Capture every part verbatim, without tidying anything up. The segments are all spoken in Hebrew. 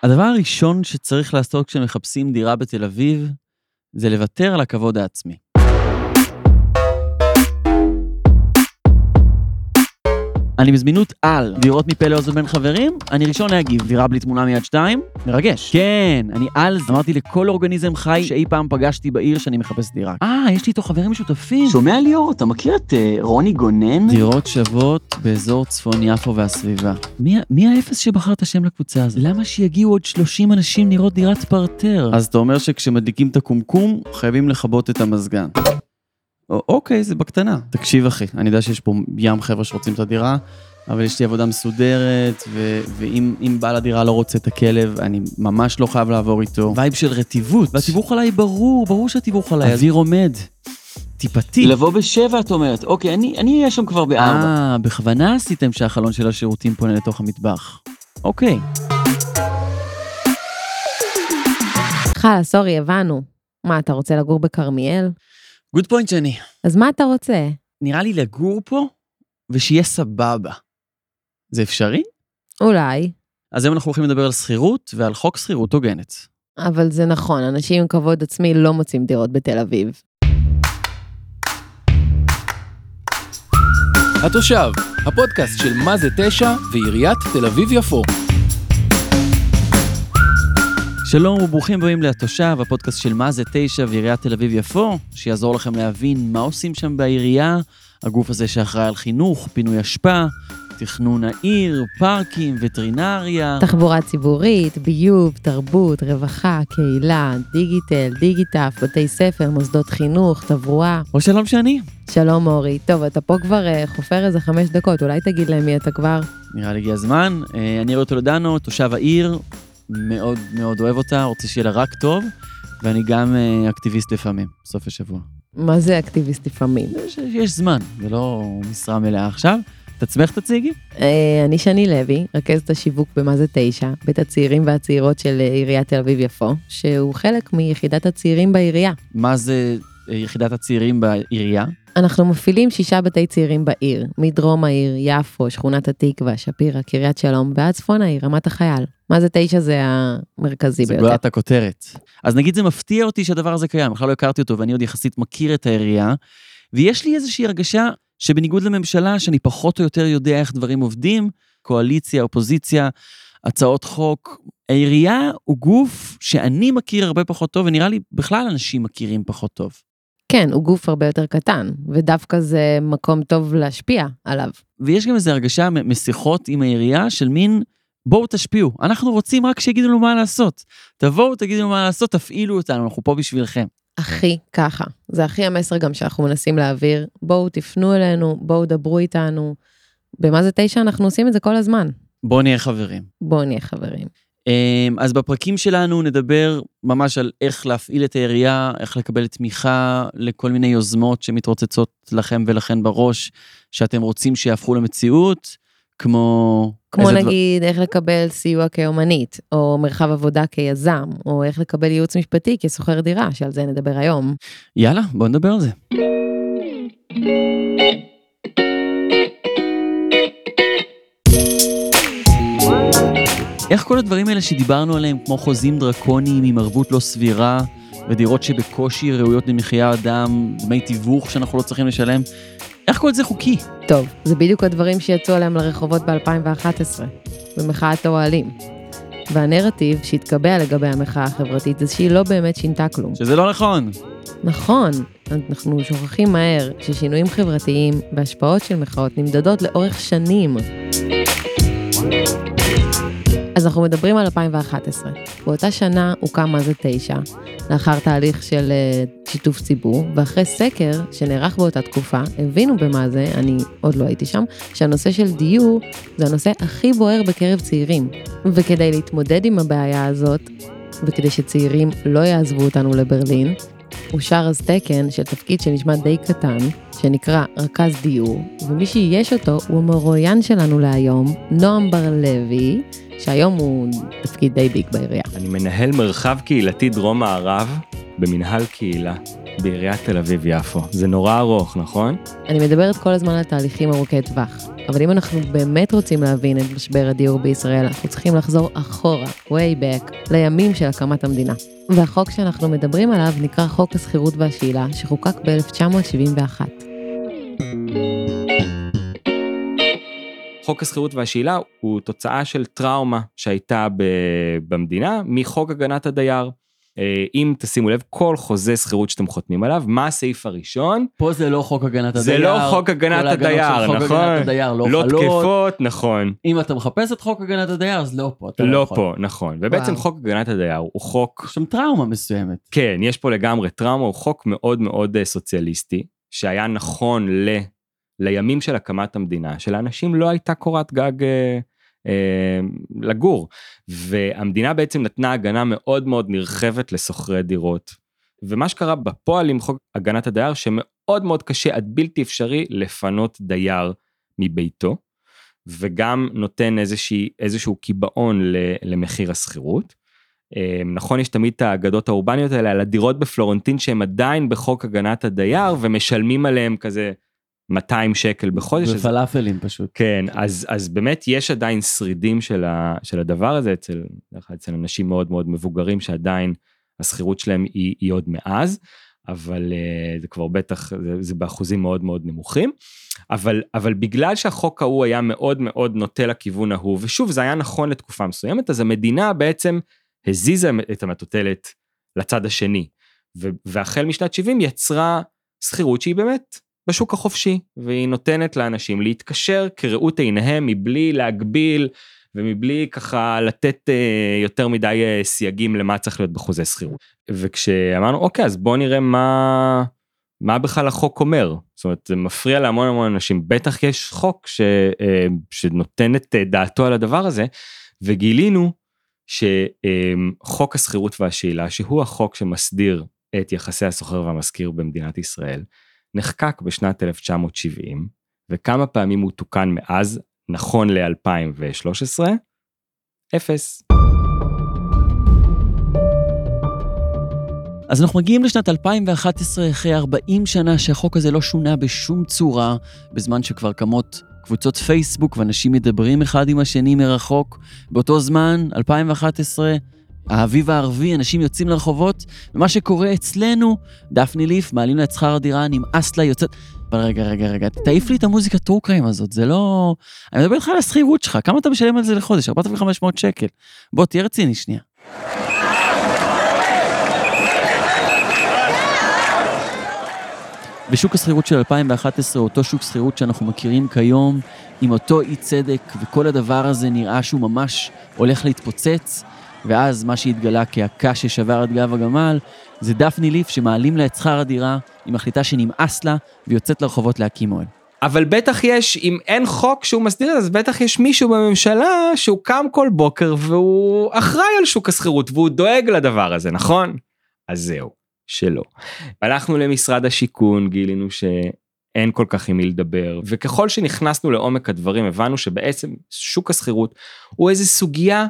הדבר הראשון שצריך לעשות כשמחפשים דירה בתל אביב, זה לוותר על הכבוד העצמי. אני בזמינות על דירות מפה לאוזן בין חברים, אני ראשון להגיב, דירה בלי תמונה מיד שתיים, מרגש. כן, אני על זה. אמרתי לכל אורגניזם חי שאי פעם פגשתי בעיר שאני מחפש דירה. אה, יש לי איתו חברים משותפים. שומע ליאור, אתה מכיר את uh, רוני גונן? דירות שוות באזור צפון יפו והסביבה. מי, מי האפס שבחר את השם לקבוצה הזאת? למה שיגיעו עוד שלושים אנשים לראות דירת פרטר? אז אתה אומר שכשמדליקים את הקומקום, חייבים לכבות את המזגן. אוקיי, זה בקטנה. תקשיב אחי, אני יודע שיש פה ים חבר'ה שרוצים את הדירה, אבל יש לי עבודה מסודרת, ו- ואם אם בעל הדירה לא רוצה את הכלב, אני ממש לא חייב לעבור איתו. וייב של רטיבות. והתיווך עליי ברור, ברור שהתיווך עליי. אוויר עומד. טיפתי. לבוא בשבע, את אומרת. אוקיי, אני, אני אהיה שם כבר בארבע. אה, בכוונה עשיתם שהחלון של השירותים פונה לתוך המטבח. אוקיי. חלה, סורי, הבנו. מה, אתה רוצה לגור בקרמיאל? גוד פוינט שני. אז מה אתה רוצה? נראה לי לגור פה, ושיהיה סבבה. זה אפשרי? אולי. אז היום אנחנו הולכים לדבר על שכירות, ועל חוק שכירות הוגנת. אבל זה נכון, אנשים עם כבוד עצמי לא מוצאים דירות בתל אביב. התושב, הפודקאסט של מה זה תשע ועיריית תל אביב יפו. שלום וברוכים הבאים לתושב, הפודקאסט של מה זה תשע ועיריית תל אביב יפו, שיעזור לכם להבין מה עושים שם בעירייה, הגוף הזה שאחראי על חינוך, פינוי אשפה, תכנון העיר, פארקים, וטרינריה. תחבורה ציבורית, ביוב, תרבות, רווחה, קהילה, דיגיטל, דיגיטף, בתי ספר, מוסדות חינוך, תברואה. או שלום שאני. שלום אורי. טוב, אתה פה כבר חופר איזה חמש דקות, אולי תגיד להם מי אתה כבר? נראה לי הגיע הזמן. אני רואה טולדנו, תושב העיר, מאוד מאוד אוהב אותה, רוצה שיהיה לה רק טוב, ואני גם אקטיביסט לפעמים, סוף השבוע. מה זה אקטיביסט לפעמים? יש, יש זמן, זה לא משרה מלאה עכשיו. תצמח תציגי? אני שני לוי, רכזת השיווק במה זה תשע, בית הצעירים והצעירות של עיריית תל אביב יפו, שהוא חלק מיחידת הצעירים בעירייה. מה זה יחידת הצעירים בעירייה? אנחנו מפעילים שישה בתי צעירים בעיר, מדרום העיר, יפו, שכונת התקווה, שפירא, קריית שלום, ועד צפון העיר, רמת החייל. מה זה תשע זה המרכזי זה ביותר. גולת הכותרת. אז נגיד זה מפתיע אותי שהדבר הזה קיים, בכלל לא הכרתי אותו, ואני עוד יחסית מכיר את העירייה, ויש לי איזושהי הרגשה שבניגוד לממשלה, שאני פחות או יותר יודע איך דברים עובדים, קואליציה, אופוזיציה, הצעות חוק, העירייה הוא גוף שאני מכיר הרבה פחות טוב, ונראה לי בכלל אנשים מכירים פחות טוב. כן, הוא גוף הרבה יותר קטן, ודווקא זה מקום טוב להשפיע עליו. ויש גם איזו הרגשה משיחות עם העירייה של מין, בואו תשפיעו, אנחנו רוצים רק שיגידו לנו מה לעשות. תבואו, תגידו לנו מה לעשות, תפעילו אותנו, אנחנו פה בשבילכם. הכי ככה, זה הכי המסר גם שאנחנו מנסים להעביר, בואו תפנו אלינו, בואו דברו איתנו, במה זה תשע אנחנו עושים את זה כל הזמן. בואו נהיה חברים. בואו נהיה חברים. אז בפרקים שלנו נדבר ממש על איך להפעיל את העירייה, איך לקבל תמיכה לכל מיני יוזמות שמתרוצצות לכם ולכן בראש, שאתם רוצים שיהפכו למציאות, כמו... כמו נגיד דבר... איך לקבל סיוע כאומנית, או מרחב עבודה כיזם, או איך לקבל ייעוץ משפטי כסוחר דירה, שעל זה נדבר היום. יאללה, בואו נדבר על זה. איך כל הדברים האלה שדיברנו עליהם, כמו חוזים דרקוניים עם ערבות לא סבירה, ודירות שבקושי ראויות למחיה אדם, דמי תיווך שאנחנו לא צריכים לשלם, איך כל זה חוקי? טוב, זה בדיוק הדברים שיצאו עליהם לרחובות ב-אלפיים ואחת עשרה, במחאת האוהלים. והנרטיב שהתקבע לגבי המחאה החברתית, זה שהיא לא באמת שינתה כלום. שזה לא נכון. נכון, אנחנו שוכחים מהר ששינויים חברתיים והשפעות של מחאות נמדדות לאורך שנים. אז אנחנו מדברים על אלפיים ואחת עשרה. באותה שנה הוקם מה זה תשע, לאחר תהליך של שיתוף ציבור, ואחרי סקר שנערך באותה תקופה, הבינו במה זה, אני עוד לא הייתי שם, שהנושא של דיור זה הנושא הכי בוער בקרב צעירים. וכדי להתמודד עם הבעיה הזאת, וכדי שצעירים לא יעזבו אותנו לברלין, אושר אז תקן של תפקיד שנשמע די קטן, שנקרא רכז דיור, ומי שיש אותו הוא המרואיין שלנו להיום, נועם בר לוי, שהיום הוא תפקיד די ביג בעירייה. אני מנהל מרחב קהילתי דרום מערב במנהל קהילה בעיריית תל אביב יפו. זה נורא ארוך, נכון? אני מדברת כל הזמן על תהליכים ארוכי טווח. אבל אם אנחנו באמת רוצים להבין את משבר הדיור בישראל, אנחנו צריכים לחזור אחורה, way back, לימים של הקמת המדינה. והחוק שאנחנו מדברים עליו נקרא חוק השכירות והשאילה, שחוקק ב-אלף תשע מאות שבעים ואחת. חוק השכירות והשאילה הוא תוצאה של טראומה שהייתה במדינה מחוק הגנת הדייר. אם תשימו לב, כל חוזה שכירות שאתם חותמים עליו, מה הסעיף הראשון? פה זה לא חוק הגנת הדייר. זה לא חוק הגנת הדייר, נכון? חוק הגנת הדייר לא, לא חלות. תקפות, נכון. אם אתה מחפש את חוק הגנת הדייר, אז לא פה. לא, לא פה, נכון. ובעצם וואו. חוק הגנת הדייר הוא חוק... יש שם טראומה מסוימת. כן, יש פה לגמרי טראומה, הוא חוק מאוד מאוד סוציאליסטי, שהיה נכון ל... לימים של הקמת המדינה, שלאנשים לא הייתה קורת גג אה, אה, לגור, והמדינה בעצם נתנה הגנה מאוד מאוד נרחבת לסוחרי דירות, ומה שקרה בפועל עם חוק הגנת הדייר, שמאוד מאוד קשה עד בלתי אפשרי לפנות דייר מביתו, וגם נותן איזושהי, איזשהו קיבעון למחיר השכירות. אה, נכון, יש תמיד את האגדות האורבניות האלה, על הדירות בפלורנטין, שהם עדיין בחוק הגנת הדייר, ומשלמים עליהם כזה, מאתיים שקל בחודש. ופלאפלים פשוט. כן, אז, אז באמת יש עדיין שרידים של, ה, של הדבר הזה, אצל, אצל אנשים מאוד מאוד מבוגרים, שעדיין השכירות שלהם היא, היא עוד מאז, אבל uh, זה כבר בטח, זה, זה באחוזים מאוד מאוד נמוכים, אבל, אבל בגלל שהחוק ההוא היה מאוד מאוד נוטה לכיוון ההוא, ושוב זה היה נכון לתקופה מסוימת, אז המדינה בעצם הזיזה את המטוטלת לצד השני, ו, והחל משנת שבעים יצרה שכירות שהיא באמת, בשוק החופשי, והיא נותנת לאנשים להתקשר כראות עיניהם, מבלי להגביל, ומבלי ככה לתת אה, יותר מדי אה, סייגים למה צריך להיות בחוזה שכירות. וכשאמרנו, אוקיי, אז בואו נראה מה, מה בכלל החוק אומר. זאת אומרת, זה מפריע להמון המון אנשים, בטח יש חוק ש, אה, שנותן את דעתו על הדבר הזה, וגילינו שחוק השכירות והשאילה, שהוא החוק שמסדיר את יחסי הסוחר והמשכיר במדינת ישראל, נחקק בשנת אלף תשע מאות שבעים, וכמה פעמים הוא תוקן מאז, נכון ל-אלפיים ושלוש עשרה, אפס. אז אנחנו מגיעים לשנת אלפיים ואחת עשרה, אחרי ארבעים שנה שהחוק הזה לא שונה בשום צורה, בזמן שכבר קמות קבוצות פייסבוק, ואנשים מדברים אחד עם השני מרחוק. באותו זמן, אלפיים ואחת עשרה, האביב הערבי, אנשים יוצאים לרחובות, ומה שקורה אצלנו, דפני ליף, מעלים לה את שכר הדירה, נמאס לה, יוצאת... אבל רגע, רגע, רגע, תעיף לי את המוזיקה טרו קריים הזאת, זה לא... אני מדבר לך על השכירות שלך, כמה אתה משלם על זה לחודש? ארבעת אלפים וחמש מאות שקל. בוא, תהיה רציני שנייה. בשוק השכירות של אלפיים ואחת עשרה, אותו שוק שכירות שאנחנו מכירים כיום, עם אותו אי צדק, וכל הדבר הזה נראה שהוא ממש הולך להתפוצץ, ואז מה שהתגלה כהקש ששבר את גב הגמל, זה דפני ליף שמעלים לה את שכר הדירה, היא מחליטה שנמאס לה, ויוצאת לרחובות להקים אוהל. אבל בטח יש, אם אין חוק שהוא מסדיר, אז בטח יש מישהו בממשלה שהוא קם כל בוקר, והוא אחראי על שוק השכירות, והוא דואג לדבר הזה, נכון? אז זהו, שלא. הלכנו למשרד השיכון, גילינו שאין כל כך עם מי לדבר, וככל שנכנסנו לעומק הדברים, הבנו שבעצם שוק השכירות הוא איזו סוגיה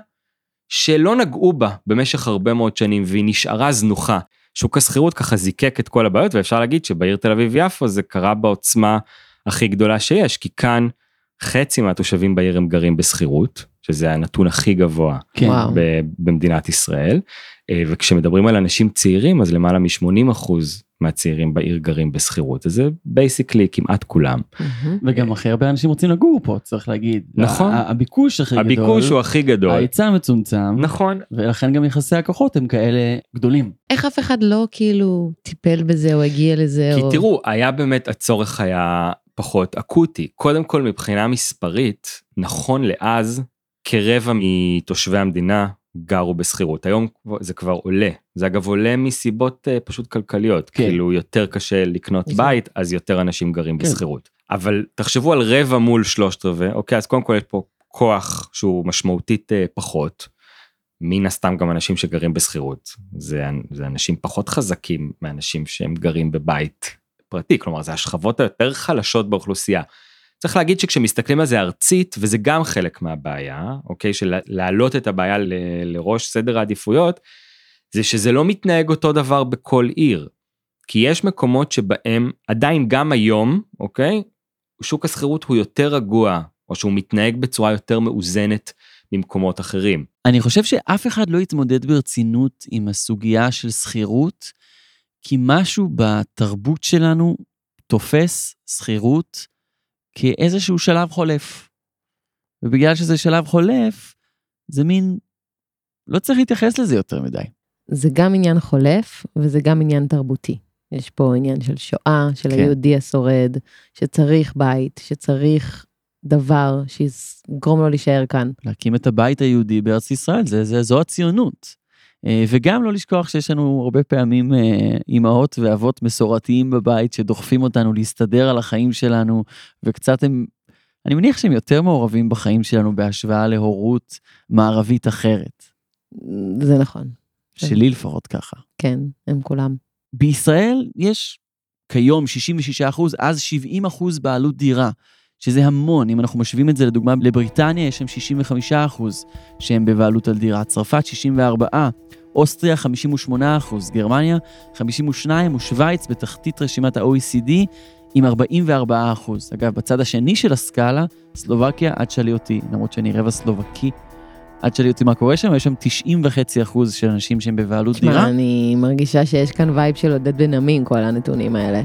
שלא נגעו בה במשך הרבה מאוד שנים, והיא נשארה זנוחה. שוק השכירות ככה זיקק את כל הבעיות, ואפשר להגיד שבעיר תל אביב יפו זה קרה בעוצמה הכי גדולה שיש, כי כאן חצי מהתושבים בעיר הם גרים בשכירות, שזה הנתון הכי גבוה כן. ב- במדינת ישראל, וכשמדברים על אנשים צעירים, אז למעלה מ-שמונים אחוז מהצעירים בעיר גרים בשכירות, אז זה בייסיקלי כמעט כולם. וגם הכי הרבה אנשים רוצים לגור פה, צריך להגיד. נכון. הביקוש הכי גדול. הביקוש הוא הכי גדול. ההיצע מצומצם. נכון. ולכן גם יחסי הכוחות הם כאלה גדולים. איך אף אחד לא כאילו טיפל בזה או הגיע לזה? כי או... תראו, היה באמת, הצורך היה פחות אקוטי. קודם כל מבחינה מספרית, נכון לאז, כרבע מתושבי המדינה גרו בשכירות. היום זה כבר עולה. זה אגב עולה מסיבות uh, פשוט כלכליות. כן. כאילו יותר קשה לקנות נכון. בית, אז יותר אנשים גרים כן. בשכירות. אבל תחשבו על רבע מול שלושת רבעי, אוקיי, אז קודם כל יש פה כוח שהוא משמעותית uh, פחות. מן הסתם גם אנשים שגרים בשכירות. זה, זה אנשים פחות חזקים מאנשים שהם גרים בבית פרטי. כלומר, זה השכבות היותר חלשות באוכלוסייה. צריך להגיד שכשמסתכלים על זה ארצית, וזה גם חלק מהבעיה, אוקיי, של להעלות את הבעיה ל, לראש סדר העדיפויות, זה שזה לא מתנהג אותו דבר בכל עיר, כי יש מקומות שבהם עדיין גם היום, אוקיי, שוק השכירות הוא יותר רגוע, או שהוא מתנהג בצורה יותר מאוזנת ממקומות אחרים. אני חושב שאף אחד לא יתמודד ברצינות עם הסוגיה של שכירות, כי משהו בתרבות שלנו תופס שכירות כאיזשהו שלב חולף. ובגלל שזה שלב חולף, זה מין, לא צריך להתייחס לזה יותר מדי. זה גם עניין חולף, וזה גם עניין תרבותי. יש פה עניין של שואה, של כן. היהודי השורד, שצריך בית, שצריך דבר שיגרום לו להישאר כאן. להקים את הבית היהודי בארץ ישראל, זה, זה, זו הציונות. וגם לא לשכוח שיש לנו הרבה פעמים אימהות ואבות מסורתיים בבית, שדוחפים אותנו להסתדר על החיים שלנו, וקצת הם, אני מניח שהם יותר מעורבים בחיים שלנו, בהשוואה להורות מערבית אחרת. זה נכון. שלי לפחות ככה. כן, הם כולם. בישראל יש כיום שישים ושישה אחוז, אז שבעים אחוז בעלות דירה, שזה המון. אם אנחנו משווים את זה לדוגמה לבריטניה, יש שם שישים וחמישה אחוז שהם בבעלות על דירה, צרפת שישים וארבעה, אוסטריה חמישים ושמונה אחוז, גרמניה חמישים ושניים, ושוויץ בתחתית רשימת ה-או אי סי די עם ארבעים וארבעה אחוז. אגב, בצד השני של הסקאלה, סלובקיה, עד שלי אותי, למרות שאני רבע סלובקי, עד שלי אותי מה קורה שם, יש שם תשעים וחצי אחוז של אנשים שהם בבעלות דירה. מה, אני מרגישה שיש כאן וייב של עודד בן עמי עם כל הנתונים האלה.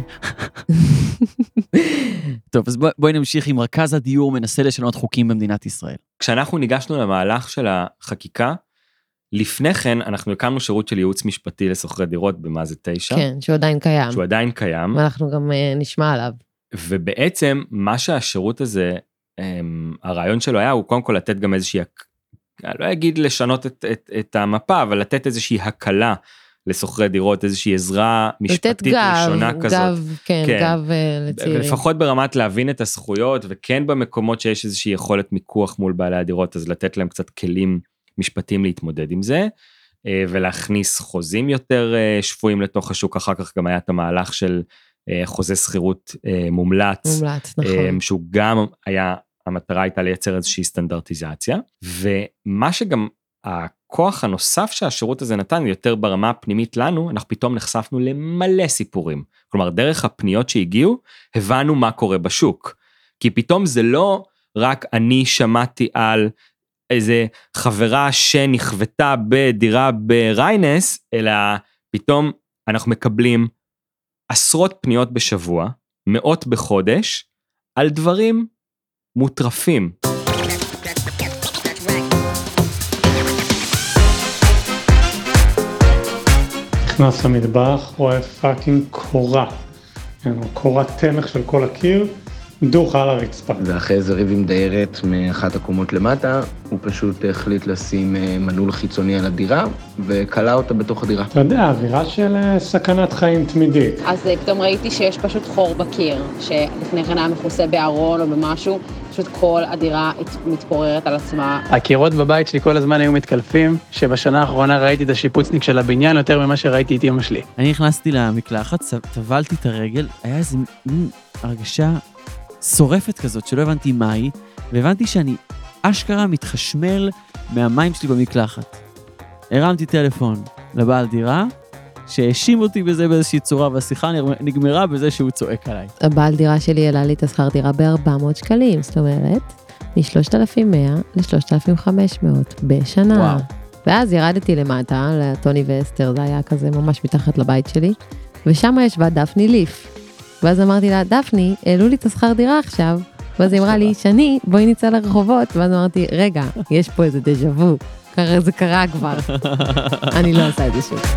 טוב, אז בואי נמשיך עם רכז הדיור מנסה לשנות חוקים במדינת ישראל. כשאנחנו ניגשנו למהלך של החקיקה, לפני כן אנחנו הקמנו שירות של ייעוץ משפטי לסוחרי דירות במה זה תשע. כן, שהוא עדיין קיים. שהוא עדיין קיים. ואנחנו גם uh, נשמע עליו. ובעצם מה שהשירות הזה, um, הרעיון שלו היה, הוא קודם כל לתת גם איזושהי, אני לא אגיד לשנות את, את, את המפה, אבל לתת איזושהי הקלה לסוחרי דירות, איזושהי עזרה משפטית גב, ראשונה כזאת. גב, כן, כן. גב uh, לצעירים. לפחות ברמת להבין את הזכויות, וכן במקומות שיש איזושהי יכולת מיקוח מול בעלי הדירות, אז לתת להם קצת כלים משפטיים להתמודד עם זה, ולהכניס חוזים יותר שפויים לתוך השוק. אחר כך גם היה את המהלך של חוזה שכירות מומלץ, מומלץ, נכון. שהוא גם היה, המטרה הייתה לייצר איזושהי סטנדרטיזציה, ומה שגם הכוח הנוסף שהשירות הזה נתן, יותר ברמה הפנימית לנו, אנחנו פתאום נחשפנו למלא סיפורים. כלומר, דרך הפניות שהגיעו, הבנו מה קורה בשוק. כי פתאום זה לא רק אני שמעתי על איזה חברה שנכוותה בדירה בריינס, אלא פתאום אנחנו מקבלים עשרות פניות בשבוע, מאות בחודש, על דברים מוטרפים. נכנס למטבח, רואה פאקינג קורה, קורת תמך של כל הקיר, דוח על הרצפה. ואחרי איזה ריב עם דיירת מאחת הקומות למטה, הוא פשוט החליט לשים מנעול חיצוני על הדירה, וקלה אותה בתוך הדירה. אתה יודע, אווירה של סכנת חיים תמידית. אז פתאום ראיתי שיש פשוט חור בקיר, שלפני כן היה מכוסה בארון או במשהו, פשוט כל הדירה מתפוררת על עצמה. הקירות בבית שלי כל הזמן היו מתקלפים, שבשנה האחרונה ראיתי את השיפוצניק של הבניין יותר ממה שראיתי את אמא שלי. אני נכנסתי למקלחת, טבלתי את הרגל, היה איזו הרגשה שורפת כזאת שלא הבנתי מה היא, והבנתי שאני אשכרה מתחשמל מהמים שלי במקלחת. הרמתי טלפון לבעל דירה, שהאשים אותי בזה באיזושהי צורה, והשיחה נגמרה בזה שהוא צועק עליי. הבעל דירה שלי העלה לי את השכר דירה ב-ארבע מאות שקלים, זאת אומרת, מ-שלושת אלפים ומאה ל-שלושת אלפים וחמש מאות בשנה. וואו. ואז ירדתי למטה, לטוני ואסתר, זה היה כזה ממש מתחת לבית שלי, ושם ישבה דפני ליף. ואז אמרתי לה, דפני, העלו לי את השכר דירה עכשיו, ואז היא אמרה לי, שני, בואי נצא לרחובות, ואז אמרתי, רגע, יש פה איזה דז'אבו, זה קרה כבר, אני לא עושה את זה שוב.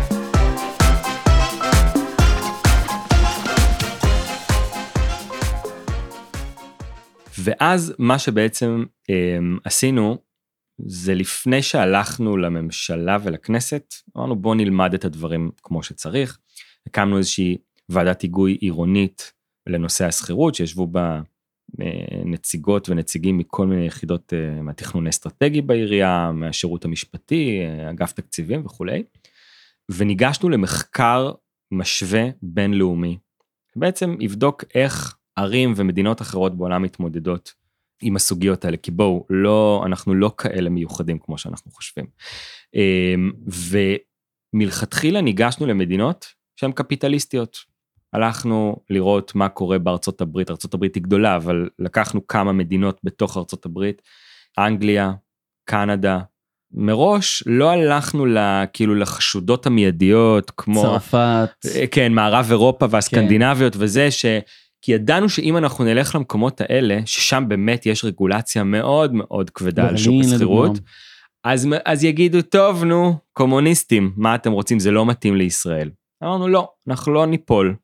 ואז מה שבעצם אה, עשינו, זה לפני שהלכנו לממשלה ולכנסת, אמרנו בוא נלמד את הדברים כמו שצריך, הקמנו איזושהי ועדת היגוי עירונית לנושא השכירות, שישבו בה נציגות ונציגים מכל מיני יחידות מהתכנון האסטרטגי בעירייה, מהשירות המשפטי, אגף תקציבים וכו'. וניגשנו למחקר משווה בינלאומי, בעצם יבדוק איך ערים ומדינות אחרות בעולם מתמודדות עם הסוגיות האלה, כי בואו, לא, אנחנו לא כאלה מיוחדים כמו שאנחנו חושבים. ומלכתחילה ניגשנו למדינות שהן קפיטליסטיות. הלכנו לראות מה קורה בארצות הברית, ארצות הברית היא גדולה, אבל לקחנו כמה מדינות בתוך ארצות הברית, אנגליה, קנדה, מראש לא הלכנו כאילו לחשודות המיידיות, כמו... צרפת. כן, מערב אירופה והסקנדינביות כן. וזה ש... כי ידענו שאם אנחנו נלך למקומות האלה, ששם באמת יש רגולציה מאוד מאוד כבדה על שוק הסחירות, אז, אז יגידו, טוב, נו, קומוניסטים, מה אתם רוצים? זה לא מתאים לישראל. אמרנו, לא, אנחנו לא ניפול.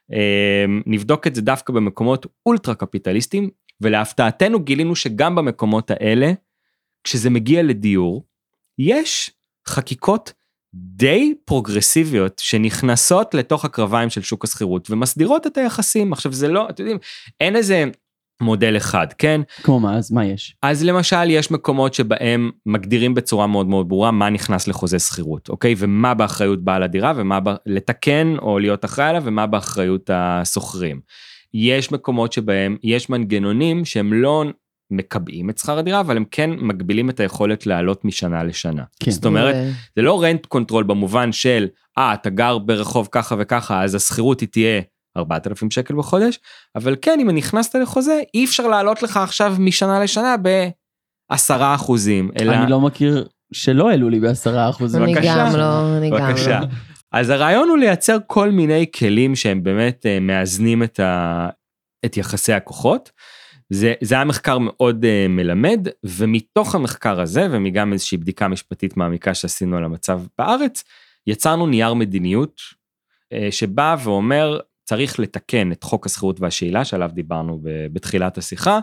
נבדוק את זה דווקא במקומות אולטרה קפיטליסטיים, ולהפתעתנו גילינו שגם במקומות האלה, כשזה מגיע לדיור, יש חקיקות די פרוגרסיביות שנכנסות לתוך הקרביים של שוק הסחירות ומסדירות את היחסים. עכשיו זה לא, אתם יודעים, אין איזה מודל אחד, כן? כמו מה, אז מה יש? אז למשל יש מקומות שבהם מגדירים בצורה מאוד מאוד ברורה מה נכנס לחוזה סחירות, אוקיי? ומה באחריות בעל הדירה ומה לתקן או להיות אחראי עליו ומה באחריות הסוחרים. יש מקומות שבהם יש מנגנונים שהם לא מקבעים את שכר הדירה, אבל הם כן מגבילים את היכולת לעלות משנה לשנה. כן. זאת אומרת, זה לא רנט קונטרול במובן של, אה, אתה גר ברחוב ככה וככה, אז הסחירות היא תהיה ארבעת אלפים שקל בחודש, אבל כן, אם נכנסת לחוזה, אי אפשר לעלות לך עכשיו משנה לשנה בעשרה אחוזים. אלא... אני לא מכיר שלא העלו לי בעשרה אחוזים. אני גם לא, אני גם לא. אז הרעיון הוא לייצר כל מיני כלים שהם באמת מאזנים את, ה... את יחסי הכוחות, זה, זה היה מחקר מאוד uh, מלמד, ומתוך המחקר הזה, ומגם איזושהי בדיקה משפטית מעמיקה שעשינו על המצב בארץ, יצרנו נייר מדיניות, uh, שבא ואומר, צריך לתקן את חוק הסחירות והשאלה, שעליו דיברנו בתחילת השיחה,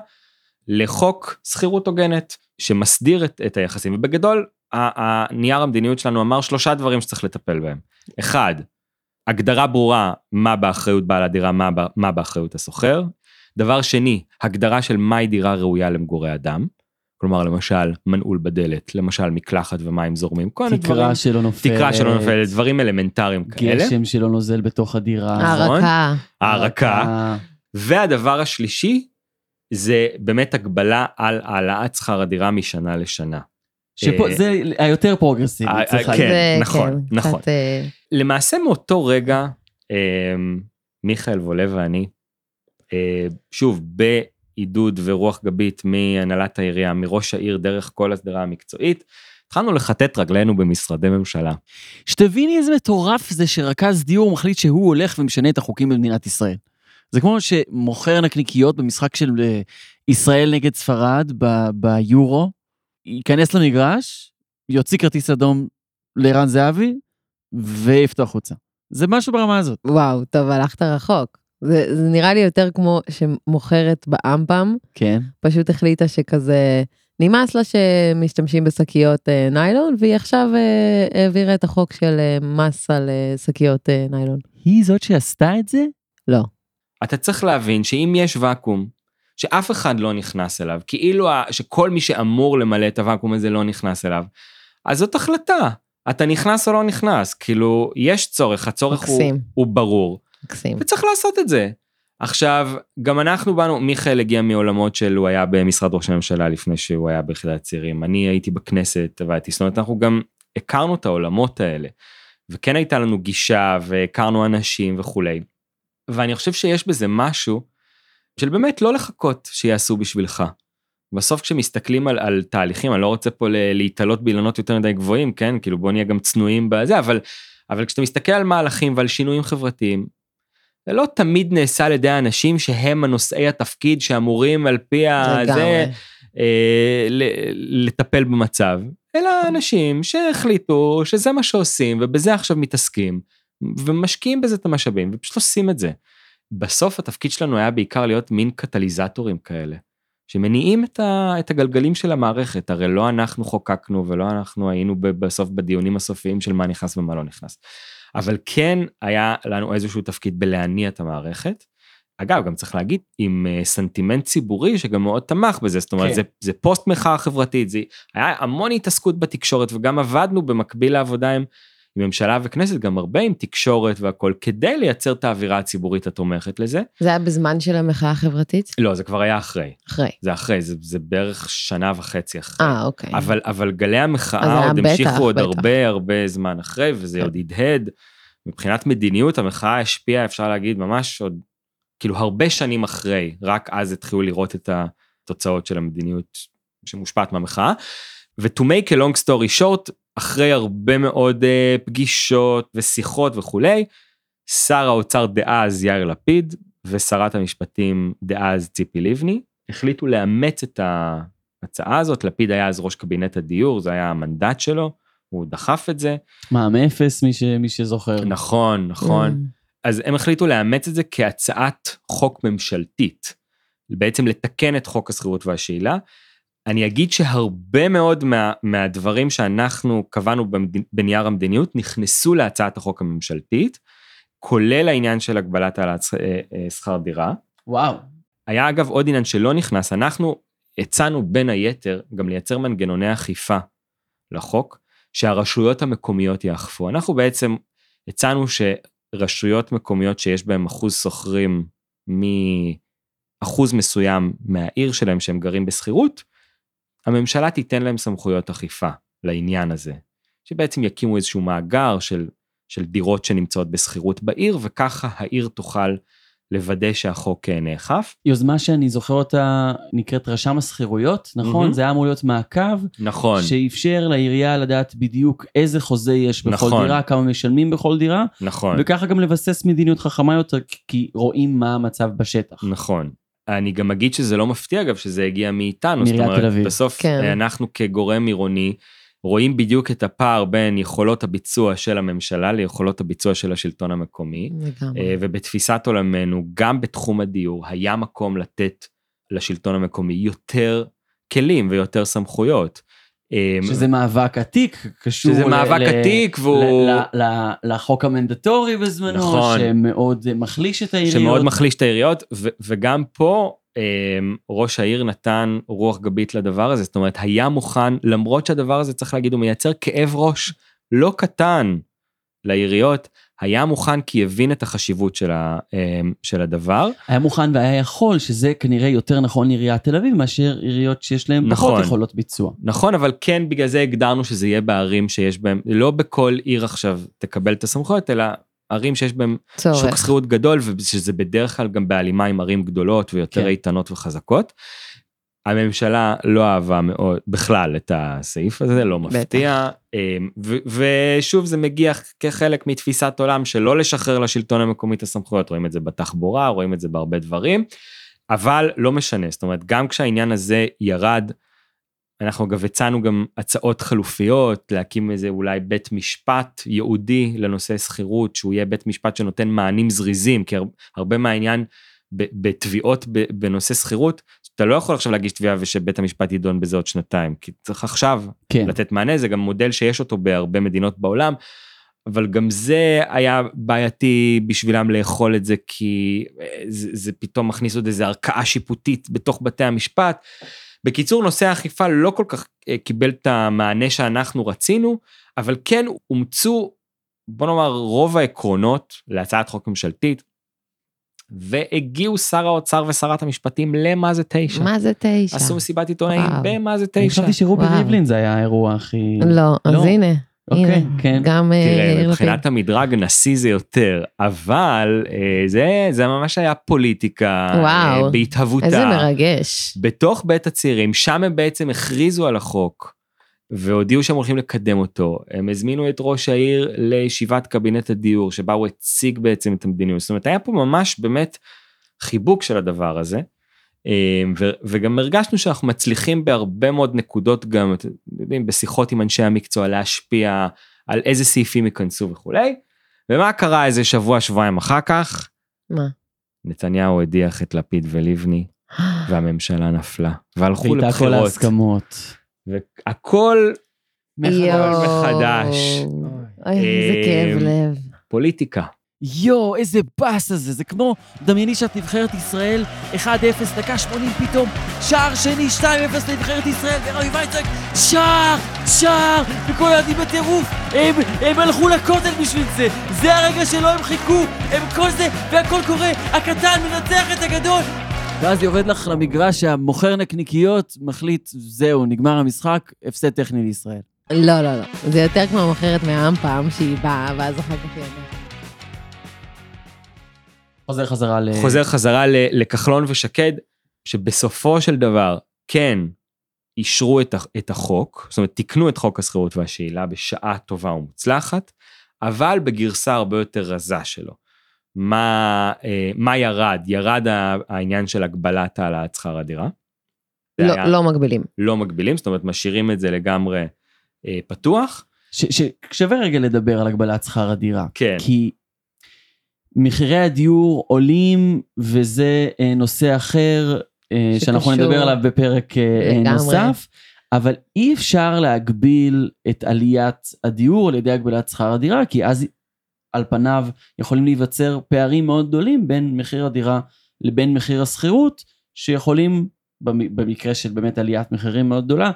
לחוק סחירות הוגנת, שמסדיר את, את היחסים, ובגדול, הנייר המדיניות שלנו אמר שלושה דברים שצריך לטפל בהם. אחד, הגדרה ברורה, מה באחריות בעל הדירה, מה, מה באחריות הסוחר, דבר שני, הגדרה של מהי דירה ראויה למגורי אדם, כלומר למשל מנעול בדלת, למשל מקלחת ומים זורמים, תקרה דברים, שלא נופלת, תקרה שלא נופלת, דברים אלמנטריים כאלה. גשם שלא נוזל בתוך הדירה. הערקה. הערקה. והדבר השלישי, זה באמת הגבלה על העלאת שכר הדירה משנה לשנה. שפה, זה היותר פרוגרסיבי. כן, נכון, נכון. למעשה מאותו רגע, מיכאל וולה ואני, שוב, בעידוד ורוח גבית מהנהלת העירייה, מראש העיר, דרך כל הסדרה המקצועית, התחלנו לחטט רגלינו במשרדי ממשלה. שתביני איזה מטורף זה שרכז דיור מחליט שהוא הולך ומשנה את החוקים במדינת ישראל. זה כמו שמוכר נקניקיות במשחק של ישראל נגד ספרד ביורו, ייכנס למגרש, יוציא כרטיס אדום לערן זהבי, ויפתח חוצה. זה משהו ברמה הזאת. וואו, טוב, הלכת רחוק. זה, זה נראה לי יותר כמו שמוכרת באמפם, כן. פשוט החליטה שכזה נמאס לה שמשתמשים בשקיות אה, ניילון, והיא עכשיו אה, העבירה את החוק של אה, מס על אה, שקיות אה, ניילון. היא זאת שעשתה את זה? לא. אתה צריך להבין שאם יש ואקום, שאף אחד לא נכנס אליו, כאילו שכל מי שאמור למלא את הוואקום הזה לא נכנס אליו, אז זאת החלטה. אתה נכנס או לא נכנס, כאילו יש צורך, הצורך הוא, הוא ברור. מקסים. וצריך לעשות את זה. עכשיו, גם אנחנו באנו, מיכאל הגיע מעולמות של, הוא היה במשרד ראש הממשלה לפני שהוא היה ביחידת צעירים, אני הייתי בכנסת, ועייתי, זאת אומרת, אנחנו גם הכרנו את העולמות האלה, וכן הייתה לנו גישה, והכרנו אנשים וכולי, ואני חושב שיש בזה משהו, של באמת לא לחכות שיעשו בשבילך. בסוף כשמסתכלים על, על תהליכים, אני לא רוצה פה להתעלות באילנות יותר מדי גבוהים, כן? כאילו בוא נהיה גם צנועים בזה, אבל, אבל כשאתה מסתכל על מהלכים ועל שינויים חברתיים, זה לא תמיד נעשה על ידי האנשים שהם הנושאי התפקיד שאמורים על פי הזה אה, לטפל במצב, אלא אנשים שהחליטו שזה מה שעושים, ובזה עכשיו מתעסקים, ומשקיעים בזה את המשאבים, ופשוט עושים את זה. בסוף התפקיד שלנו היה בעיקר להיות מין קטליזטורים כאלה, שמניעים את, ה, את הגלגלים של המערכת, הרי לא אנחנו חוקקנו, ולא אנחנו היינו בסוף בדיונים הסופיים של מה נכנס ומה לא נכנס. אבל כן היה לנו איזשהו תפקיד בלהניע את המערכת, אגב, גם צריך להגיד, עם סנטימנט ציבורי שגם מאוד תמך בזה, זאת אומרת, כן. זה, זה פוסט מחאה חברתית, זה היה המון התעסקות בתקשורת, וגם עבדנו במקביל לעבודה עם, עם ממשלה וכנסת, גם הרבה עם תקשורת והכל, כדי לייצר את האווירה הציבורית התומכת לזה. זה היה בזמן של המחאה החברתית? לא, זה כבר היה אחרי. אחרי. זה אחרי, זה, זה בערך שנה וחצי אחרי. אה, אוקיי. אבל, אבל גלי המחאה עוד המשיכו עוד הרבה הרבה זמן אחרי, וזה עוד הדהד, מבחינת מדיניות, המחאה השפיעה, אפשר להגיד, ממש עוד, כאילו הרבה שנים אחרי, רק אז התחילו לראות את התוצאות של המדיניות שמושפעת מהמחאה, ו-to make a long story short, אחרי הרבה מאוד uh, פגישות ושיחות וכולי, שר האוצר דאז יאיר לפיד, ושרת המשפטים דאז ציפי לבני, החליטו לאמץ את ההצעה הזאת, לפיד היה אז ראש קבינט הדיור, זה היה המנדט שלו, הוא דחף את זה. מה, מאפס מי, ש... מי שזוכר. נכון, נכון. Mm. אז הם החליטו לאמץ את זה כהצעת חוק ממשלתית, בעצם לתקן את חוק השכירות והשאילה. אני אגיד שהרבה מאוד מה, מהדברים שאנחנו קבענו במד... בנייר המדיניות, נכנסו להצעת החוק הממשלתית, כולל העניין של הגבלת העלאת שכר דירה. וואו. היה אגב עוד עניין שלא נכנס, אנחנו הצענו בין היתר גם לייצר מנגנוני אכיפה לחוק, שהרשויות המקומיות יאכפו. אנחנו בעצם הצענו שרשויות מקומיות שיש בהן אחוז שוכרים מאחוז מסוים מהעיר שלהם שהם גרים בסחירות, הממשלה תיתן להם סמכויות אכיפה לעניין הזה, שבעצם יקימו איזשהו מאגר של, של דירות שנמצאות בסחירות בעיר, וככה העיר תוכל לוודא שהחוק נאכף. יוזמה שאני זוכר אותה נקראת רשם הסחירויות, נכון? Mm-hmm. זה היה אמור להיות מעקב, נכון. שאפשר לעירייה לדעת בדיוק איזה חוזה יש בכל נכון. דירה, כמה משלמים בכל דירה, נכון. וככה גם לבסס מדיניות חכמה יותר, כי רואים מה המצב בשטח. נכון. אני גם אגיד שזה לא מפתיע, אגב, שזה הגיע מאיתנו. מעיריית תל אביב. בסוף כן. אנחנו כגורם עירוני, רואים בדיוק את הפער בין יכולות הביצוע של הממשלה ליכולות הביצוע של השלטון המקומי, ובתפיסת עולמנו, גם בתחום הדיור, היה מקום לתת לשלטון המקומי יותר כלים ויותר סמכויות. שזה מאבק עתיק, קשור שזה מאבק עתיק, והוא... לחוק המנדטורי בזמנו, שמאוד מחליש את העיריות. שמאוד מחליש את העיריות, וגם פה, ראש העיר נתן רוח גבית לדבר הזה, זאת אומרת, היה מוכן, למרות שהדבר הזה צריך להגיד, הוא מייצר כאב ראש לא קטן לעיריות, היה מוכן כי הבין את החשיבות של, ה, של הדבר. היה מוכן והיה יכול, שזה כנראה יותר נכון לעיריית תל אביב, מאשר עיריות שיש להם נכון, פחות יכולות ביצוע. נכון, אבל כן, בגלל זה הגדרנו שזה יהיה בערים שיש בהם, לא בכל עיר עכשיו תקבל את הסמכויות, אלא ערים שיש בהם צורך. שוק שכירות גדול, ושזה בדרך כלל גם בהלימה עם ערים גדולות, ויותר כן. איתנות וחזקות. הממשלה לא אהבה מאוד, בכלל את הסעיף הזה, לא מפתיע, ו- ושוב זה מגיע כחלק מתפיסת עולם, שלא לשחרר לשלטון המקומי את הסמכויות, רואים את זה בתחבורה, רואים את זה בהרבה דברים, אבל לא משנה, זאת אומרת, גם כשהעניין הזה ירד, אנחנו אגב הצענו גם הצעות חלופיות, להקים איזה אולי בית משפט ייעודי לנושא שכירות, שהוא יהיה בית משפט שנותן מענים זריזים, כי הרבה מהעניין בתביעות בנושא שכירות, אתה לא יכול עכשיו להגיש תביעה ושבית המשפט ידון בזה עוד שנתיים, כי צריך עכשיו כן. לתת מענה, זה גם מודל שיש אותו בהרבה מדינות בעולם, אבל גם זה היה בעייתי בשבילם לאכול את זה, כי זה, זה פתאום מכניס עוד איזו ערכאה שיפוטית בתוך בתי המשפט. בקיצור, נושא האכיפה לא כל כך קיבל את המענה שאנחנו רצינו, אבל כן אומצו, בוא נאמר, רוב העקרונות להצעת חוק ממשלתית, והגיעו שר האוצר ושרת המשפטים למה זה תשע. מה זה תשע? עשו מסיבת עיתונאים במה זה תשע. אני חשבתי שרובי ריבלין זה היה האירוע הכי... לא, אז הנה. אוקיי, כן. גם... תראה, מבחינת המדרג נשיא זה יותר, אבל זה, זה ממש היה פוליטיקה וואו, בהתהוותה. איזה מרגש. בתוך בית הצירים, שם הם בעצם הכריזו על החוק, והודיעו שהם הולכים לקדם אותו. הם הזמינו את ראש העיר לישיבת קבינט הדיור, שבה הוא הציג בעצם את המדיניות. זאת אומרת, היה פה ממש באמת חיבוק של הדבר הזה, וגם הרגשנו שאנחנו מצליחים בהרבה מאוד נקודות גם, אתם יודעים, בשיחות עם אנשי המקצוע, להשפיע על איזה סעיפים ייכנסו וכולי, ומה קרה איזה שבוע, שבועיים אחר כך? מה? נתניהו הדיח את לפיד ולבני, והממשלה נפלה, והלכו ואיתה לבחירות. כל ההסכמות. והכל מחדש. אוי, איזה כאב לב. פוליטיקה. יו, איזה בס הזה, זה כמו, דמייני שאת נבחרת ישראל, אחד אפס, דקה שמונים פתאום, שער שני, שתיים אפס לנבחרת ישראל, ורבי וייצק, שער, שער, וכל הילדים בטירוף, הם, הם הלכו לכותל בשביל זה, זה הרגע שלו הם חיכו, הם כל זה, והכל קורה, הקטן מנצח את הגדול, ואז יורד לך למגרש שהמוכר נקניקיות מחליט, זהו, נגמר המשחק, הפסד טכני לישראל. לא, לא, לא, זה יותר כמו מוכרת מהעם פעם שהיא באה, ואז אחר כך היא אומרת. חוזר חזרה ל... חוזר חזרה ל- לכחלון ושקד, שבסופו של דבר, כן, אישרו את, ה- את החוק, זאת אומרת, תקנו את חוק השכירות והשאילה בשעה טובה ומוצלחת, אבל בגרסה הרבה יותר רזה שלו. מה, אה, מה ירד? ירד העניין של הגבלת העלאת שכר הדירה. לא, היה, לא מגבילים. לא מגבילים, זאת אומרת, משאירים את זה לגמרי אה, פתוח. ש- ש- שווה רגע לדבר על הגבלת שכר הדירה. כן. כי מחירי הדיור עולים, וזה אה, נושא אחר, אה, שאנחנו שקשור. נדבר עליו בפרק אה, לגמרי. נוסף, אבל אי אפשר להגביל את עליית הדיור על ידי הגבלת שכר הדירה, כי אז על פניו יכולים להיווצר פערים מאוד גדולים בין מחיר הדירה לבין מחיר השכירות, שיכולים במקרה של באמת עליית מחירים מאוד גדולה,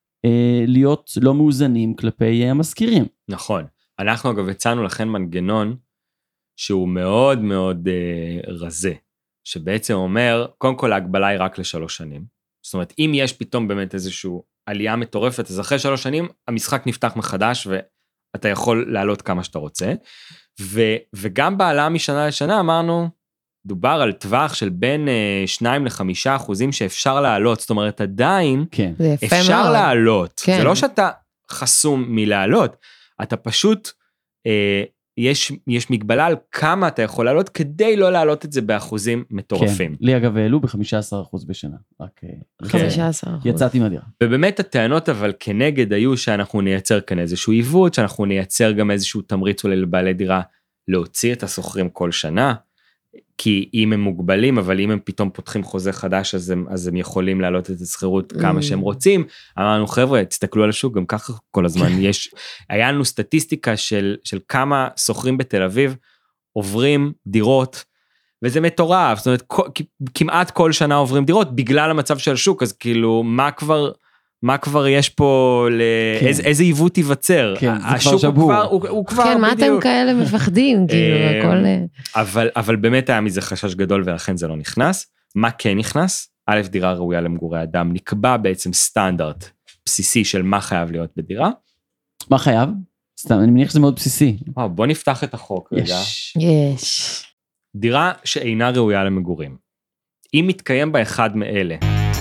להיות לא מאוזנים כלפי המשכירים. נכון. אנחנו אגב הצענו לכן מנגנון שהוא מאוד מאוד אה, רזה, שבעצם אומר, קודם כל ההגבלה היא רק לשלוש שנים. זאת אומרת, אם יש פתאום באמת איזושהי עלייה מטורפת, אז אחרי שלוש שנים המשחק נפתח מחדש, ואתה יכול לעלות כמה שאתה רוצה. ו, וגם בעלה משנה לשנה אמרנו, דובר על טווח של בין שניים לחמישה אחוזים שאפשר לעלות, זאת אומרת עדיין כן. אפשר מאוד. לעלות, כן. זה לא שאתה חסום מלעלות, אתה פשוט, אה, יש, יש מגבלה על כמה אתה יכול לעלות, כדי לא לעלות את זה באחוזים מטורפים. כן, לי אגב העלו ב-חמישה עשר אחוז בשנה, רק חמישה עשר אחוז. יצאתי מהדירה. ובאמת הטענות אבל כנגד היו שאנחנו נייצר כאן איזשהו עיוות, שאנחנו נייצר גם איזשהו תמריץ אולי לבעלי דירה, להוציא את הסוחרים כל שנה, כי אם הם מוגבלים, אבל אם הם פתאום פותחים חוזה חדש, אז הם, אז הם יכולים להעלות את הסחירות כמה שהם רוצים. אמרנו, חבר'ה, תסתכלו על השוק, גם ככה כל הזמן יש, היה לנו סטטיסטיקה של, של כמה סוחרים בתל אביב, עוברים דירות, וזה מטורף, זאת אומרת, כמעט כל שנה עוברים דירות, בגלל המצב של השוק, אז כאילו, מה כבר... מה כבר יש פה, כן. איזה, איזה עיוות ייווצר? כן, זה השוק כבר שבור. הוא כבר, הוא, הוא כבר כן, מה בדיוק. אתם כאלה מפחדים? כאילו, הכל... אבל, אבל באמת היה מזה חשש גדול, ולכן זה לא נכנס. מה כן נכנס? א', דירה ראויה למגורי אדם, נקבע בעצם סטנדרט בסיסי של מה חייב להיות בדירה. מה חייב? סתם, אני מניח שזה מאוד בסיסי. וואו, בוא נפתח את החוק רגע. יש. יש. דירה שאינה ראויה למגורים. אם מתקיים בה אחד מאלה,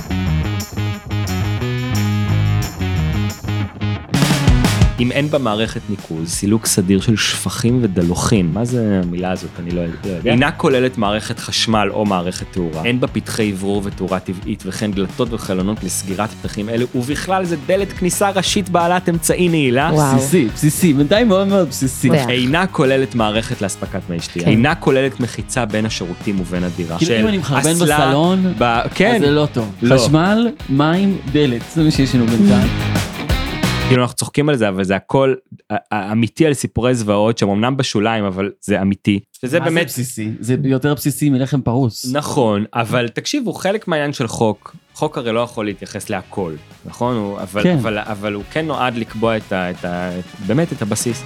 אם אין בה מערכת ניקוז, סילוק סדיר של שפכים ודלוחים, מה זה המילה הזאת? אני לא יודע. אינה כוללת מערכת חשמל או מערכת תאורה. אין בה פתחי עברור ותאורה טבעית, וכן דלתות וחלונות לסגירת פתחים אלה, ובכלל זה דלת כניסה ראשית בעלת אמצעי נעילה. וואו. בסיסי, בסיסי, בינתיים מאוד מאוד בסיסי. זה. אינה כוללת מערכת להספקת מי שתייה. כן. אינה כוללת מחיצה בין השירותים ובין הדירה. כאילו אם אני מחרבן אסלה בסלון, ב... כן. אז זה לא טוב. לא. חשמל, מים, דלת, זה מה שיש לנו בינתיים. כאילו אנחנו צוחקים על זה, אבל זה הכל אמיתי על סיפורי זוועות, שהם אמנם בשוליים, אבל זה אמיתי. שזה מה באמת... זה בסיסי? זה יותר בסיסי מלחם פרוס. נכון, אבל תקשיבו, חלק מהעניין של חוק, חוק הרי לא יכול להתייחס להכל, נכון? הוא, אבל, כן. אבל, אבל הוא כן נועד לקבוע את ה, את ה, את, באמת את הבסיס.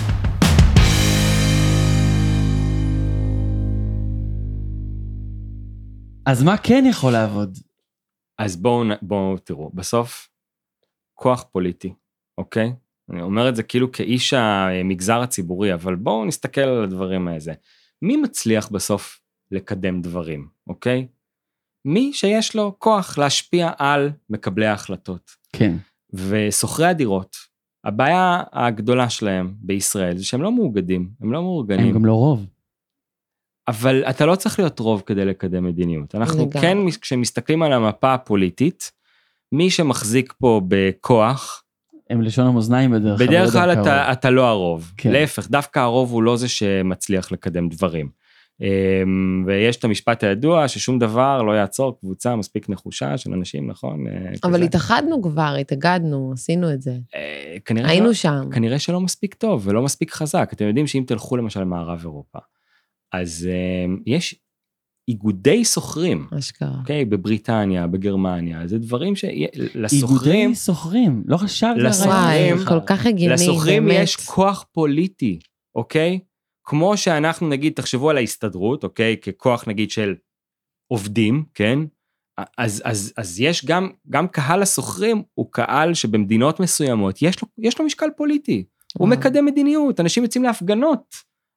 אז מה כן יכול לעבוד? אז בואו, בואו תראו, בסוף, כוח פוליטי, אוקיי? אני אומר את זה כאילו כאיש המגזר הציבורי, אבל בואו נסתכל על הדברים האלה. מי מצליח בסוף לקדם דברים, אוקיי? מי שיש לו כוח להשפיע על מקבלי ההחלטות. כן. וסוחרי הדירות, הבעיה הגדולה שלהם בישראל, זה שהם לא מאוגדים, הם לא מאורגנים. הם גם לא רוב. אבל אתה לא צריך להיות רוב כדי לקדם מדיניות. אנחנו לגמרי. כן, כשמסתכלים על המפה הפוליטית, מי שמחזיק פה בכוח, הם לשון המאזניים בדרך כלל. בדרך לא כלל דווקא אתה, הרוב. אתה לא הרוב. כן. להפך, דווקא הרוב הוא לא זה שמצליח לקדם דברים. אמ, ויש את המשפט הידוע ששום דבר לא יעצור קבוצה מספיק נחושה של אנשים, נכון? אה, אבל כזה. התאחדנו כבר, התאגדנו, עשינו את זה. אה, כנראה היינו לא- שם. כנראה שלא מספיק טוב ולא מספיק חזק. אתם יודעים שאם תלכו למשל מערב אירופה, אז um, יש איגודי סוחרים, אשכרה. אוקיי? בבריטניה, בגרמניה, זה דברים שלסוחרים, איגודי סוחרים, לא חשבתי. על לסוחרים- הרעיון. וואי, כל כך הגיוני, לסוחרים באמת. יש כוח פוליטי, אוקיי? כמו שאנחנו נגיד, תחשבו על ההסתדרות, אוקיי? ככוח נגיד של עובדים, כן? אז, אז, אז יש גם, גם קהל הסוחרים, הוא קהל שבמדינות מסוימות, יש לו, יש לו משקל פוליטי. הוא וואו. מקדם מדיניות, אנשים יוצאים להפגנות.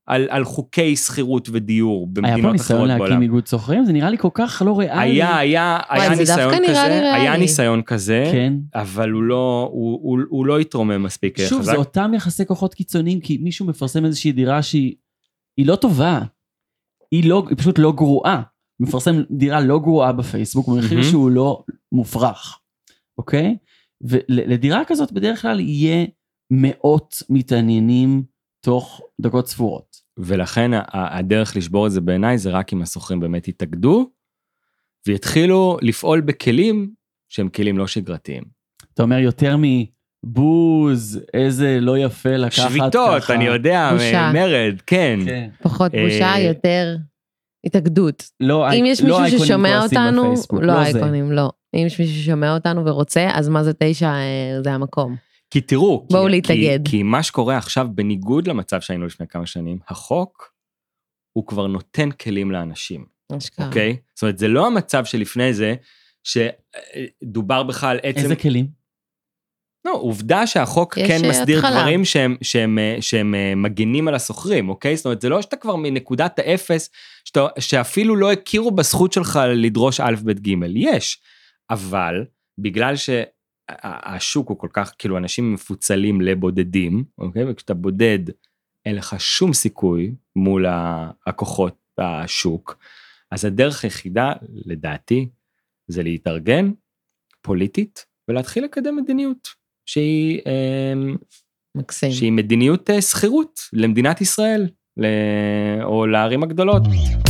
על, על חוקי שכירות ודיור במדינות היה פה אחרות ניסיון בעולם. להקים איגוד שוכרים? זה נראה לי כל כך לא ריאלי. היה, היה, וואי, היה זה דווקא ניסיון נראה כזה, לי ריאלי. היה ניסיון כזה, כן. אבל הוא לא, הוא, הוא, הוא לא יתרומם מספיק שוב, חזק. זה אותם יחסי כוחות קיצוניים, כי מישהו מפרסם איזושהי דירה שהיא היא לא טובה, היא, לא, היא פשוט לא גרועה. מפרסם דירה לא גרועה בפייסבוק, במחיר Mhm. שהוא לא מופרך, אוקיי? ולדירה כזאת בדרך כלל יהיה מאות מתעניינים תוך דקות ספורות. ולכן ה- הדרך לשבור את זה בעיניי, זה רק אם הסוחרים באמת יתאגדו, ויתחילו לפעול בכלים שהם כלים לא שגרתיים. אתה אומר יותר מבוז, איזה לא יפה לקחת ככה. שביתות, אני יודע, בושה. מרד, כן. כן. פחות אה, בושה, יותר התאגדות. לא, אם יש לא מישהו אייקונים ששומע כועסים אותנו, בפייסבוק, לא זה. אייקונים, לא. אם יש מישהו ששומע אותנו ורוצה, אז מה זה תשע, אה, זה המקום. כי תראו, בואו כי, להתאגד. כי, כי מה שקורה עכשיו, בניגוד למצב שהיינו לפני כמה שנים, החוק, הוא כבר נותן כלים לאנשים, אשכרה. אוקיי? זאת אומרת, זה לא המצב שלפני זה, שדובר בכלל עצם... איזה כלים? לא, עובדה שהחוק יש, כן אה, מסדיר התחלה. דברים שהם, שהם, אה, שהם אה, מגינים על הסוחרים, אוקיי? זאת אומרת, זה לא שאתה כבר מנקודת האפס, שאתה, שאפילו לא הכירו בזכות שלך לדרוש א' ב' ג', יש, אבל בגלל שהשוק הוא כל כך, כאילו אנשים מפוצלים לבודדים, אוקיי? וכשאתה בודד, אין לך שום סיכוי מול הכוחות בשוק, אז הדרך היחידה, לדעתי, זה להתארגן פוליטית, ולהתחיל לקדם מדיניות, שהיא, מקסים. שהיא מדיניות שכירות למדינת ישראל, או לערים הגדולות.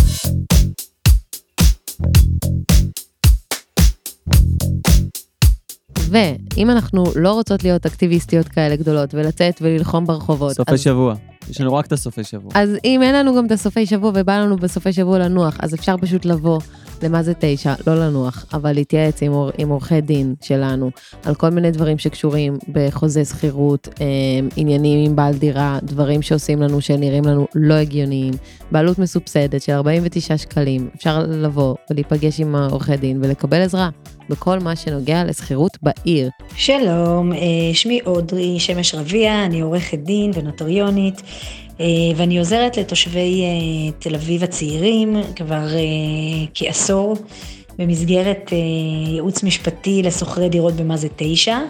ואם אנחנו לא רוצות להיות אקטיביסטיות כאלה גדולות, ולצאת וללחום ברחובות, סופי אז, שבוע. יש לנו רק את הסופי שבוע. אז אם אין לנו גם את הסופי שבוע, ובא לנו בסופי שבוע לנוח, אז אפשר פשוט לבוא למה זה תשע, לא לנוח, אבל להתייעץ עם, אור, עם עורכי דין שלנו, על כל מיני דברים שקשורים בחוזה שכירות, עניינים עם בעל דירה, דברים שעושים לנו, שנראים לנו לא הגיוניים, בעלות מסובסדת של ארבעים ותשעה שקלים, אפשר לבוא ולהיפגש עם העורכי דין ולקבל עזרה בכל מה שנוגע לשכירות בעיר. שלום, שמי אודרי שמש רביע, אני עורכת דין ונוטריונית, ואני עוזרת לתושבי תל אביב הצעירים כבר כעשור, במסגרת ייעוץ משפטי לשוכרי דירות במה זה תשע.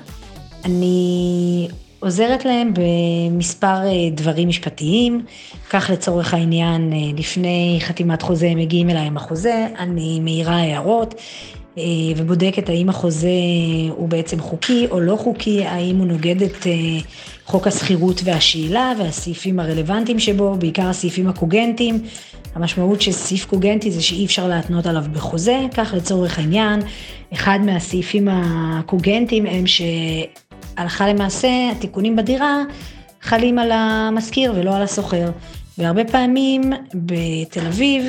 אני עוזרת להם במספר דברים משפטיים, כך לצורך העניין, לפני חתימת חוזה הם מגיעים אליי עם החוזה, אני מעירה הערות, ובודקת האם החוזה הוא בעצם חוקי או לא חוקי, האם הוא נוגד את חוק השכירות והשאילה והסעיפים הרלוונטיים שבו, בעיקר הסעיפים הקוגנטיים. המשמעות של סעיף קוגנטי זה שאי אפשר להתנות עליו בחוזה, כך לצורך העניין, אחד מהסעיפים הקוגנטיים הם שהלכה למעשה התיקונים בדירה חלים על המשכיר ולא על הסוחר. והרבה פעמים בתל אביב,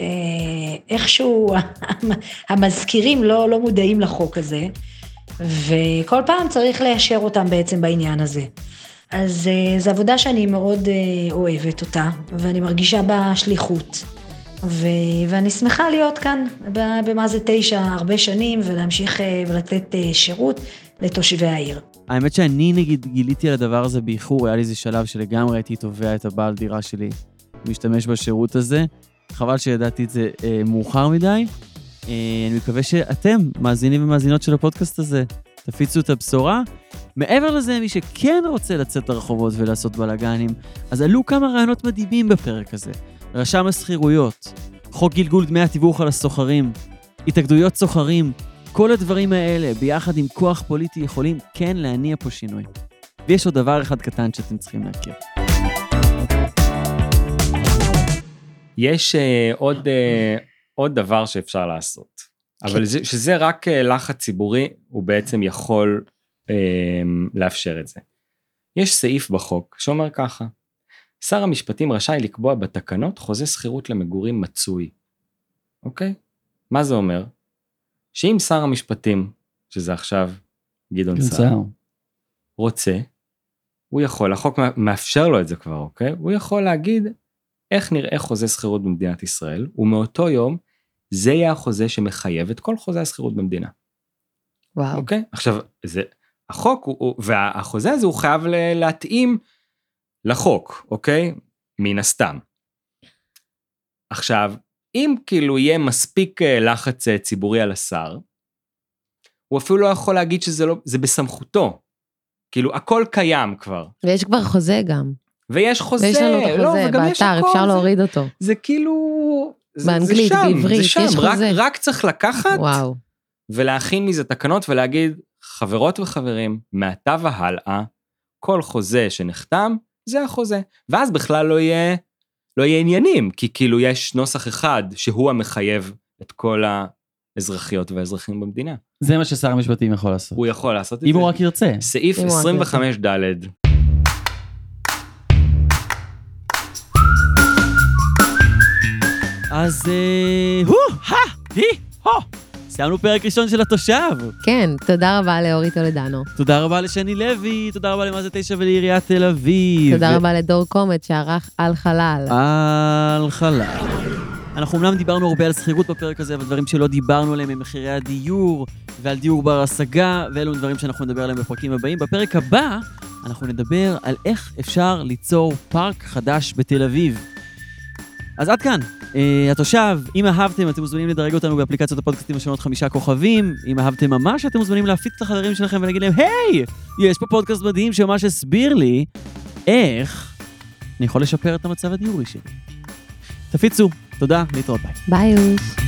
איכשהו המזכירים לא, לא מודעים לחוק הזה, וכל פעם צריך ליישר אותם בעצם בעניין הזה. אז זו עבודה שאני מאוד אוהבת אותה, ואני מרגישה בה שליחות. ו... ואני שמחה להיות כאן במה זה תשע הרבה שנים, ולהמשיך ולתת שירות לתושבי העיר. האמת שאני נגיד גיליתי על הדבר הזה באיחור, היה לי איזה שלב שלגמרי הייתי תובע את הבעל דירה שלי, משתמש בשירות הזה, חבל שידעתי את זה אה, מאוחר מדי, אה, אני מקווה שאתם, מאזינים ומאזינות של הפודקאסט הזה, תפיצו את הבשורה. מעבר לזה, מי שכן רוצה לצאת לרחובות ולעשות בלגנים, אז עלו כמה רעיונות מדהימים בפרק הזה. רשם הסחירויות, חוק גלגול דמי התיווך על הסוחרים, התאגדויות סוחרים, כל הדברים האלה ביחד עם כוח פוליטי יכולים כן להניע פה שינוי. ויש עוד דבר אחד קטן שאתם צריכים להכיר. יש uh, עוד, uh, עוד דבר שאפשר לעשות, אבל זה, שזה רק uh, לחץ ציבורי, הוא בעצם יכול uh, לאפשר את זה. יש סעיף בחוק שאומר ככה, שר המשפטים רשאי לקבוע בתקנות חוזה שכירות למגורים מצוי. אוקיי? מה זה אומר? שאם שר המשפטים, שזה עכשיו גדעון סער, רוצה, הוא יכול, החוק מאפשר לו את זה כבר, אוקיי? הוא יכול להגיד איך נראה חוזה שכירות במדינת ישראל, ומאותו יום זה יהיה החוזה שמחייב את כל חוזה השכירות במדינה. וואו. אוקיי? עכשיו, זה, החוק, הוא, והחוזה הזה הוא חייב להתאים לחוק, אוקיי? מן הסתם. עכשיו, אם כאילו יהיה מספיק לחץ ציבורי על השר, הוא אפילו לא יכול להגיד שזה לא, זה בסמכותו. כאילו, הכל קיים כבר. ויש כבר חוזה גם. ויש חוזה. ויש לנו את החוזה, לא, באתר, אפשר זה, להוריד אותו. זה כאילו... באנגלית, זה שם, בעברית, זה שם, יש רק, חוזה. רק צריך לקחת, וואו. ולהכין מזה תקנות ולהגיד, חברות וחברים, מעתה והלאה, כל חוזה שנחתם, זה החוזה. ואז בכלל לא יהיה, לא יהיה עניינים, כי כאילו יש נוסח אחד שהוא המחייב את כל האזרחיות והאזרחים במדינה. זה מה ששר המשפטים יכול לעשות. הוא יכול לעשות את זה. אם הוא רק ירצה. סעיף עשרים וחמש ד'. אז הו, הא, הי, הו. סיימנו פרק ראשון של התושב. כן, תודה רבה לאורי טולדנו. תודה רבה לשני לוי, תודה רבה למה זה תשע ולעיריית תל אביב. תודה רבה לדור קומט שערך על חלל. על חלל. אנחנו אמנם דיברנו הרבה על שכירות בפרק הזה, אבל דברים שלא דיברנו עליהם הם מחירי הדיור ועל דיור בר השגה, ואלו דברים שאנחנו נדבר עליהם בפרקים הבאים. בפרק הבא אנחנו נדבר על איך אפשר ליצור פארק חדש בתל אביב. אז עד כאן, uh, התושב, אם אהבתם, אתם מוזמנים לדרג אותנו באפליקציות הפודקאסטים השונות חמישה כוכבים, אם אהבתם ממש, אתם מוזמנים להפיץ את החברים שלכם ולהגיד להם, היי, יש פה פודקאסט מדהים שממש הסביר לי איך אני יכול לשפר את המצב הדיורי שלי. תפיצו, תודה, להתראות, ביי. ביי.